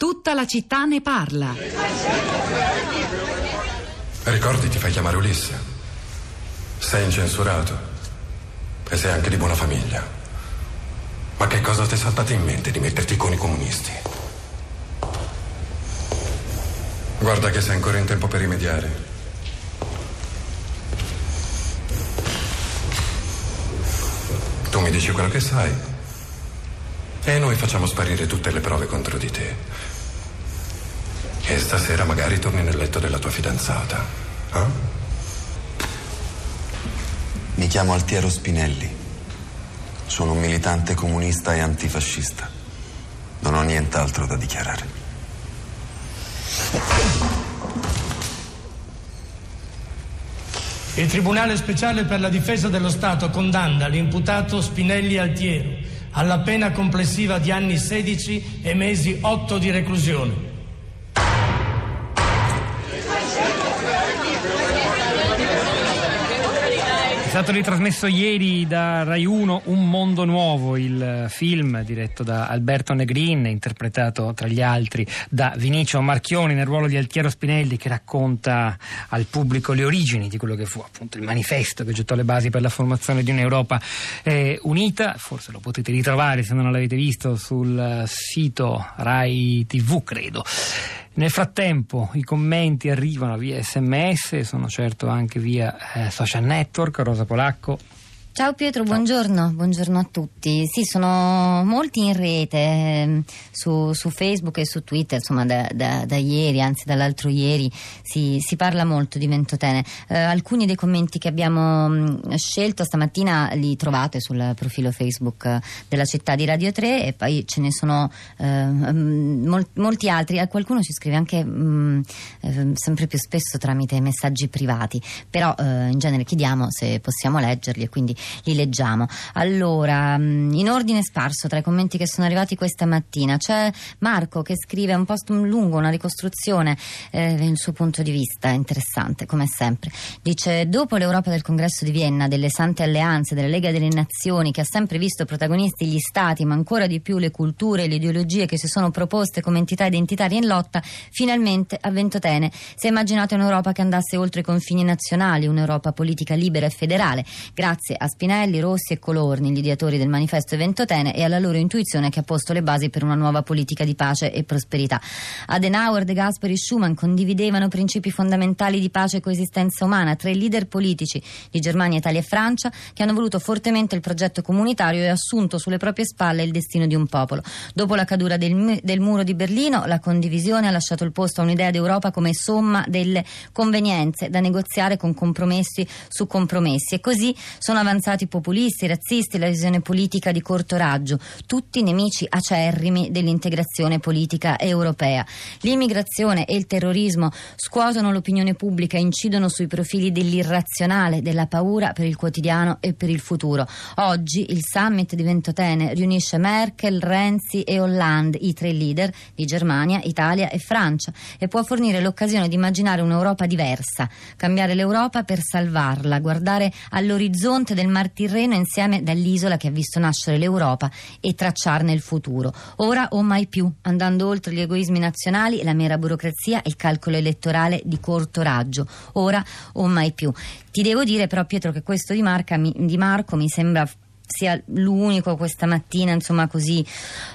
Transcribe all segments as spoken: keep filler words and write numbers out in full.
Tutta la città ne parla. Ricordi, ti fai chiamare Ulisse. Sei incensurato e sei anche di buona famiglia. Ma che cosa ti è saltato in mente di metterti con i comunisti? Guarda che sei ancora in tempo per rimediare. Tu mi dici quello che sai e noi facciamo sparire tutte le prove contro di te. E stasera magari torni nel letto della tua fidanzata. Eh? Mi chiamo Altiero Spinelli. Sono un militante comunista e antifascista. Non ho nient'altro da dichiarare. Il Tribunale Speciale per la Difesa dello Stato condanna l'imputato Spinelli Altiero alla pena complessiva di anni sedici e mesi otto di reclusione. È stato ritrasmesso ieri da Rai uno Un mondo nuovo, il film diretto da Alberto Negrin, interpretato tra gli altri da Vinicio Marchioni nel ruolo di Altiero Spinelli, che racconta al pubblico le origini di quello che fu appunto il manifesto che gettò le basi per la formazione di un'Europa eh, unita. Forse lo potete ritrovare, se non l'avete visto, sul sito Rai tivù, credo. Nel frattempo i commenti arrivano via sms, sono certo anche via eh, social network. Rosa Polacco. Ciao Pietro, buongiorno, buongiorno a tutti. Sì, sono molti in rete eh, su, su Facebook e su Twitter, insomma da, da, da ieri, anzi dall'altro ieri si, si parla molto di Ventotene. Eh, alcuni dei commenti che abbiamo mh, scelto stamattina li trovate sul profilo Facebook della città di Radio tre, e poi ce ne sono eh, mol, molti altri. Qualcuno ci scrive anche mh, eh, sempre più spesso tramite messaggi privati, però eh, in genere chiediamo se possiamo leggerli e quindi li leggiamo. Allora, in ordine sparso tra i commenti che sono arrivati questa mattina c'è Marco che scrive un post lungo, una ricostruzione eh, il suo punto di vista interessante come sempre. Dice: dopo l'Europa del Congresso di Vienna, delle Sante Alleanze, della Lega delle Nazioni, che ha sempre visto protagonisti gli stati, ma ancora di più le culture e le ideologie che si sono proposte come entità identitarie in lotta, finalmente a Ventotene si è immaginata un'Europa che andasse oltre i confini nazionali, un'Europa politica libera e federale, grazie a Spinelli, Rossi e Colorni, gli ideatori del manifesto Ventotene, e alla loro intuizione che ha posto le basi per una nuova politica di pace e prosperità. Adenauer, De Gasperi e Schuman condividevano principi fondamentali di pace e coesistenza umana, tre leader politici di Germania, Italia e Francia che hanno voluto fortemente il progetto comunitario e assunto sulle proprie spalle il destino di un popolo. Dopo la caduta del, del muro di Berlino, la condivisione ha lasciato il posto a un'idea d'Europa come somma delle convenienze da negoziare con compromessi su compromessi, e così sono avanzati i populisti, i razzisti, la visione politica di corto raggio, tutti nemici acerrimi dell'integrazione politica europea. L'immigrazione e il terrorismo scuotono l'opinione pubblica, incidono sui profili dell'irrazionale, della paura per il quotidiano e per il futuro. Oggi il summit di Ventotene riunisce Merkel, Renzi e Hollande, i tre leader di Germania, Italia e Francia, e può fornire l'occasione di immaginare un'Europa diversa, cambiare l'Europa per salvarla, guardare all'orizzonte del Mar Tirreno insieme dall'isola che ha visto nascere l'Europa e tracciarne il futuro. Ora o mai più, andando oltre gli egoismi nazionali, la mera burocrazia e il calcolo elettorale di corto raggio. Ora o mai più. Ti devo dire però, Pietro, che questo di, Marca, di Marco mi sembra sia l'unico questa mattina, insomma, così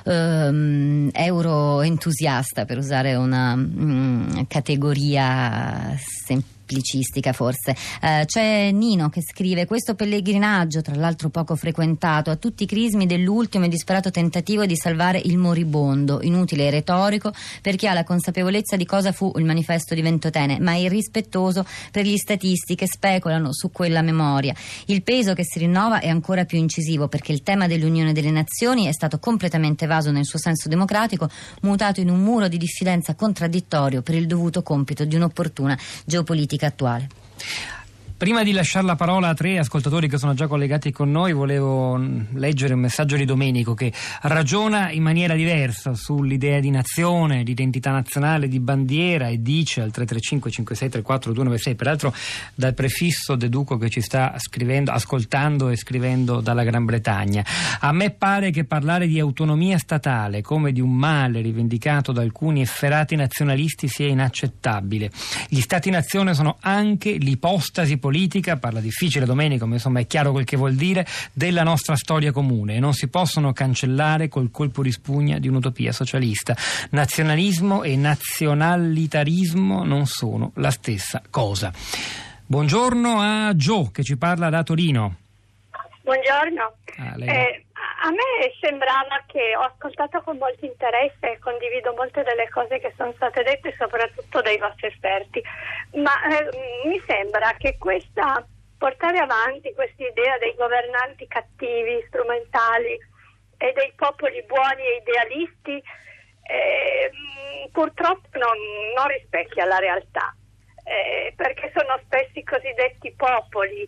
ehm, euro entusiasta, per usare una mm, categoria semplice forse. Eh, c'è Nino che scrive: questo pellegrinaggio, tra l'altro poco frequentato, a tutti i crismi dell'ultimo e disperato tentativo di salvare il moribondo, inutile e retorico per chi ha la consapevolezza di cosa fu il manifesto di Ventotene, ma irrispettoso per gli statisti che speculano su quella memoria. Il peso che si rinnova è ancora più incisivo, perché il tema dell'Unione delle Nazioni è stato completamente evaso nel suo senso democratico, mutato in un muro di diffidenza contraddittorio per il dovuto compito di un'opportuna geopolitica attuale. Prima di lasciare la parola a tre ascoltatori che sono già collegati con noi, volevo leggere un messaggio di Domenico che ragiona in maniera diversa sull'idea di nazione, di identità nazionale, di bandiera, e dice al tre tre cinque cinque sei tre quattro due nove sei, peraltro dal prefisso deduco che ci sta scrivendo, ascoltando e scrivendo dalla Gran Bretagna. A me pare che parlare di autonomia statale come di un male rivendicato da alcuni efferati nazionalisti sia inaccettabile. Gli stati-nazione sono anche l'ipostasi politica politica, parla difficile Domenico, ma insomma è chiaro quel che vuol dire, della nostra storia comune, e non si possono cancellare col colpo di spugna di un'utopia socialista. Nazionalismo e nazionalitarismo non sono la stessa cosa. Buongiorno a Gio che ci parla da Torino. Buongiorno. Ah, lei... eh, a me sembrava che ho ascoltato con molto interesse e condivido molte delle cose che sono state dette, soprattutto dai vostri esperti, ma eh, mi sembra che questa portare avanti questa idea dei governanti cattivi, strumentali e dei popoli buoni e idealisti eh, purtroppo non, non rispecchia la realtà, eh, perché sono spesso i cosiddetti popoli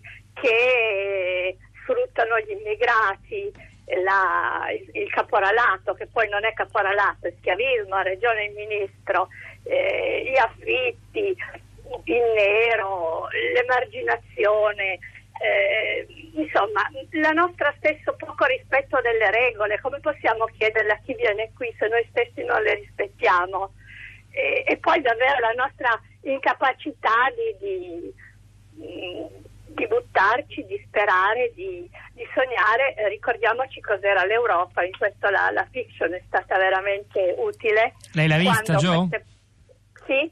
che sfruttano gli immigrati, La, il, il caporalato, che poi non è caporalato, è schiavismo, ha ragione il ministro, eh, gli affitti, il nero, l'emarginazione, eh, insomma la nostra stesso poco rispetto delle regole. Come possiamo chiederle a chi viene qui se noi stessi non le rispettiamo? E, e poi davvero la nostra incapacità di, di di buttarci, di sperare, di, di sognare. Eh, ricordiamoci cos'era l'Europa, in questo la, la fiction è stata veramente utile. Lei l'ha vista, Gio? Queste, sì,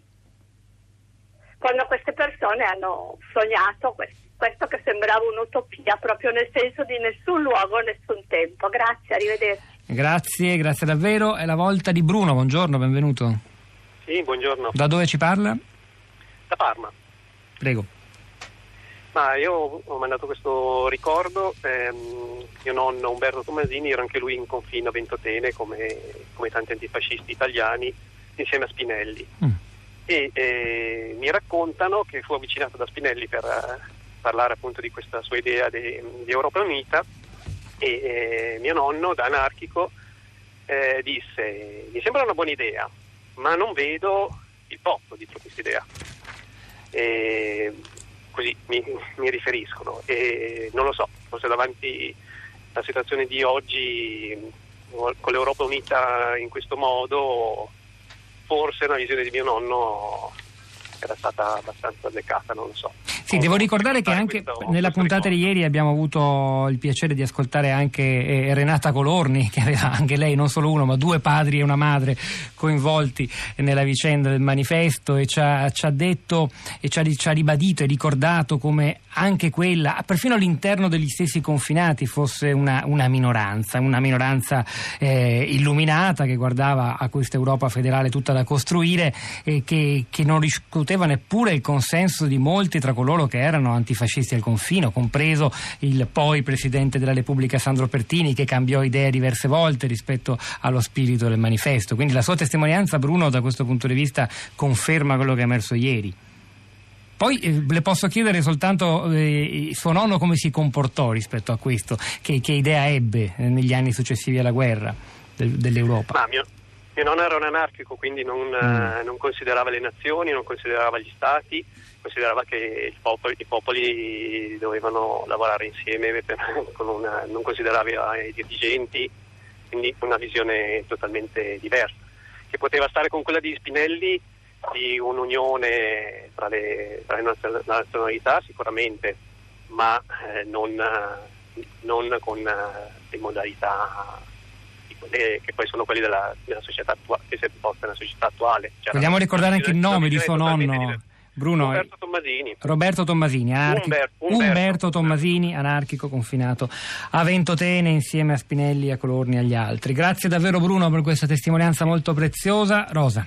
quando queste persone hanno sognato questo, questo che sembrava un'utopia, proprio nel senso di nessun luogo, nessun tempo. Grazie, arrivederci. Grazie, grazie davvero. È la volta di Bruno, buongiorno, benvenuto. Sì, buongiorno. Da dove ci parla? Da Parma. Prego. Ma io ho mandato questo ricordo, ehm, mio nonno Umberto Tommasini era anche lui in confine a Ventotene come, come tanti antifascisti italiani insieme a Spinelli mm. e eh, mi raccontano che fu avvicinato da Spinelli per uh, parlare appunto di questa sua idea di, di Europa Unita e eh, mio nonno da anarchico eh, disse: mi sembra una buona idea ma non vedo il popolo dietro questa idea. E, così mi, mi riferiscono e non lo so, forse davanti alla situazione di oggi con l'Europa unita in questo modo forse una visione di mio nonno era stata abbastanza azzeccata, non lo so. Sì, devo ricordare che anche questo, nella questo puntata ricordo. di ieri abbiamo avuto il piacere di ascoltare anche eh, Renata Colorni, che aveva anche lei non solo uno ma due padri e una madre coinvolti nella vicenda del manifesto, e ci ha, ci ha detto e ci ha, ci ha ribadito e ricordato come anche quella, perfino all'interno degli stessi confinati, fosse una, una minoranza, una minoranza eh, illuminata che guardava a questa Europa federale tutta da costruire e che, che non riscuoteva neppure il consenso di molti tra coloro che erano antifascisti al confino, compreso il poi Presidente della Repubblica Sandro Pertini, che cambiò idea diverse volte rispetto allo spirito del manifesto. Quindi la sua testimonianza, Bruno, da questo punto di vista conferma quello che è emerso ieri. Poi eh, le posso chiedere soltanto eh, suo nonno come si comportò rispetto a questo, che, che idea ebbe eh, negli anni successivi alla guerra del, dell'Europa? Ma mio, mio nonno era un anarchico, quindi non, mm. eh, non considerava le nazioni, non considerava gli stati, considerava che il popolo, i popoli dovevano lavorare insieme, per, con una, non considerava i dirigenti, quindi una visione totalmente diversa, che poteva stare con quella di Spinelli, di un'unione tra le, tra le nazionalità sicuramente, ma eh, non, non con eh, le modalità di quelle, che poi sono quelle della, della società attuale, che si è posta nella società attuale. Cioè, vogliamo ricordare anche il nome di suo nonno? Bruno, Roberto Tommasini. Roberto Tommasini, anarchico. Umber, Umberto. Umberto Tommasini, anarchico, confinato a Ventotene insieme a Spinelli, a Colorni e agli altri. Grazie davvero Bruno per questa testimonianza molto preziosa. Rosa.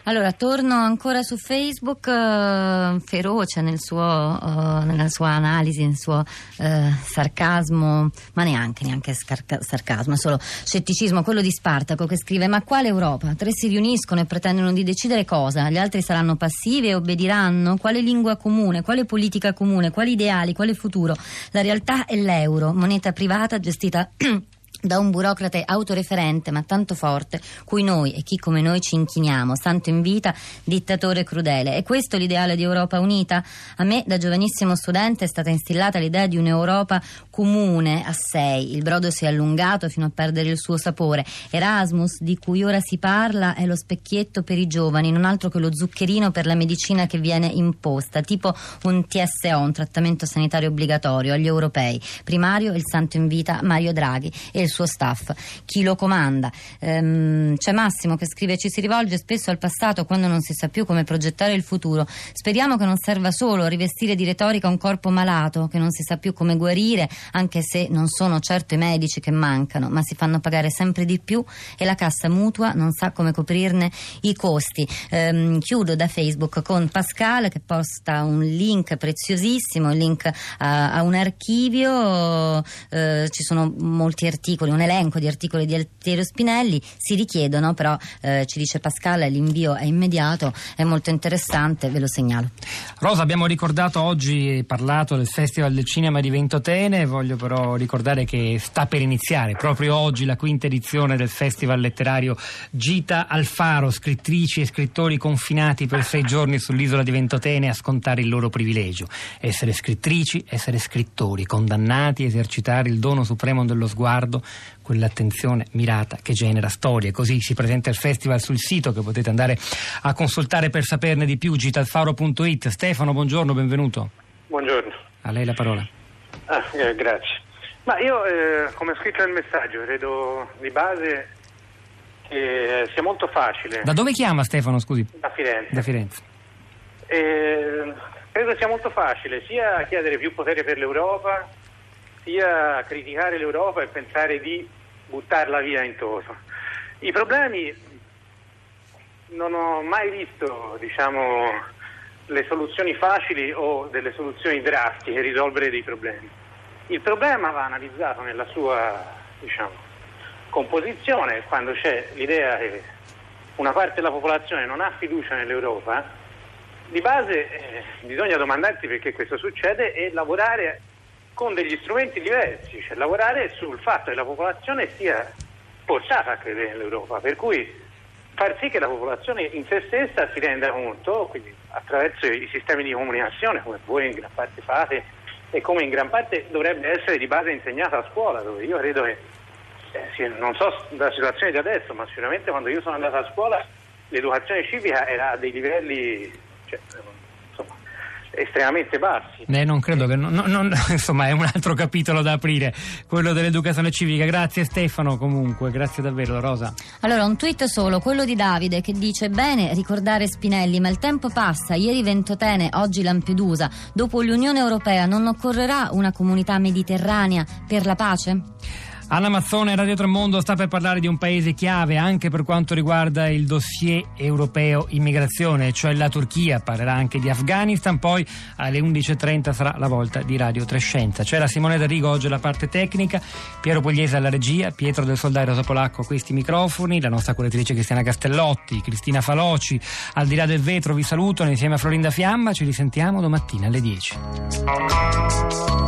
Allora, torno ancora su Facebook, uh, feroce nel suo, uh, nella sua analisi, nel suo uh, sarcasmo, ma neanche, neanche scarca- sarcasmo, è solo scetticismo, quello di Spartaco, che scrive: ma quale Europa? Tre si riuniscono e pretendono di decidere cosa? Gli altri saranno passivi e obbediranno? Quale lingua comune? Quale politica comune? Quali ideali? Quale futuro? La realtà è l'euro, moneta privata gestita da un burocrate autoreferente ma tanto forte, cui noi e chi come noi ci inchiniamo, santo in vita, dittatore crudele. È questo l'ideale di Europa unita? A me da giovanissimo studente è stata instillata l'idea di un'Europa comune a sei. Il brodo si è allungato fino a perdere il suo sapore. Erasmus, di cui ora si parla, è lo specchietto per i giovani, non altro che lo zuccherino per la medicina che viene imposta, tipo un T S O, un trattamento sanitario obbligatorio agli europei. Primario il santo in vita Mario Draghi e il suo staff. Chi lo comanda? Ehm, c'è Massimo che scrive: ci si rivolge spesso al passato quando non si sa più come progettare il futuro. Speriamo che non serva solo a rivestire di retorica un corpo malato che non si sa più come guarire, anche se non sono certo i medici che mancano, ma si fanno pagare sempre di più e la cassa mutua non sa come coprirne i costi. Ehm, chiudo da Facebook con Pascal che posta un link preziosissimo, il link a, a un archivio, eh, ci sono molti articoli, un elenco di articoli di Altiero Spinelli, si richiedono però, eh, ci dice Pascal, l'invio è immediato, è molto interessante, ve lo segnalo. Rosa, abbiamo ricordato oggi e parlato del Festival del Cinema di Ventotene, voglio però ricordare che sta per iniziare proprio oggi la quinta edizione del Festival letterario Gita Alfaro, scrittrici e scrittori confinati per sei giorni sull'isola di Ventotene a scontare il loro privilegio, essere scrittrici, essere scrittori, condannati a esercitare il dono supremo dello sguardo, quell'attenzione mirata che genera storie. Così si presenta il festival sul sito che potete andare a consultare per saperne di più, gita alfaro punto it. Stefano, buongiorno, benvenuto. Buongiorno. A lei la parola. Ah, eh, grazie. Ma io, eh, come ho scritto nel messaggio, credo di base che sia molto facile. Da dove chiama Stefano, scusi? Da Firenze. Da Firenze. Eh, credo sia molto facile sia chiedere più potere per l'Europa, sia criticare l'Europa e pensare di buttarla via in toto. I problemi, non ho mai visto, diciamo, le soluzioni facili o delle soluzioni drastiche a risolvere dei problemi. Il problema va analizzato nella sua, diciamo, composizione. Quando c'è l'idea che una parte della popolazione non ha fiducia nell'Europa, di base eh, bisogna domandarsi perché questo succede e lavorare con degli strumenti diversi, cioè lavorare sul fatto che la popolazione sia portata a credere nell'Europa, per cui far sì che la popolazione in se stessa si renda conto, quindi attraverso i sistemi di comunicazione, come voi in gran parte fate e come in gran parte dovrebbe essere di base insegnata a scuola, dove io credo che, eh, sì, non so della situazione di adesso, ma sicuramente quando io sono andato a scuola l'educazione civica era a dei livelli, cioè, insomma, estremamente bassi. Eh, non credo che non, non, insomma è un altro capitolo da aprire, quello dell'educazione civica. Grazie Stefano, comunque grazie davvero. Rosa. Allora, un tweet solo, quello di Davide, che dice: bene ricordare Spinelli, ma il tempo passa, ieri Ventotene, oggi Lampedusa, dopo l'Unione Europea non occorrerà una comunità mediterranea per la pace? Anna Mazzone, Radio Tremondo, sta per parlare di un paese chiave anche per quanto riguarda il dossier europeo immigrazione, cioè la Turchia. Parlerà anche di Afghanistan. Poi alle undici e trenta sarà la volta di Radio Trescenza. C'è la Simone D'Arrigo oggi alla parte tecnica, Piero Pugliese alla regia, Pietro del Soldai Rosa Polacco a questi microfoni, la nostra curatrice Cristiana Castellotti, Cristina Faloci. Al di là del vetro vi salutano insieme a Florinda Fiamma. Ci risentiamo domattina alle dieci.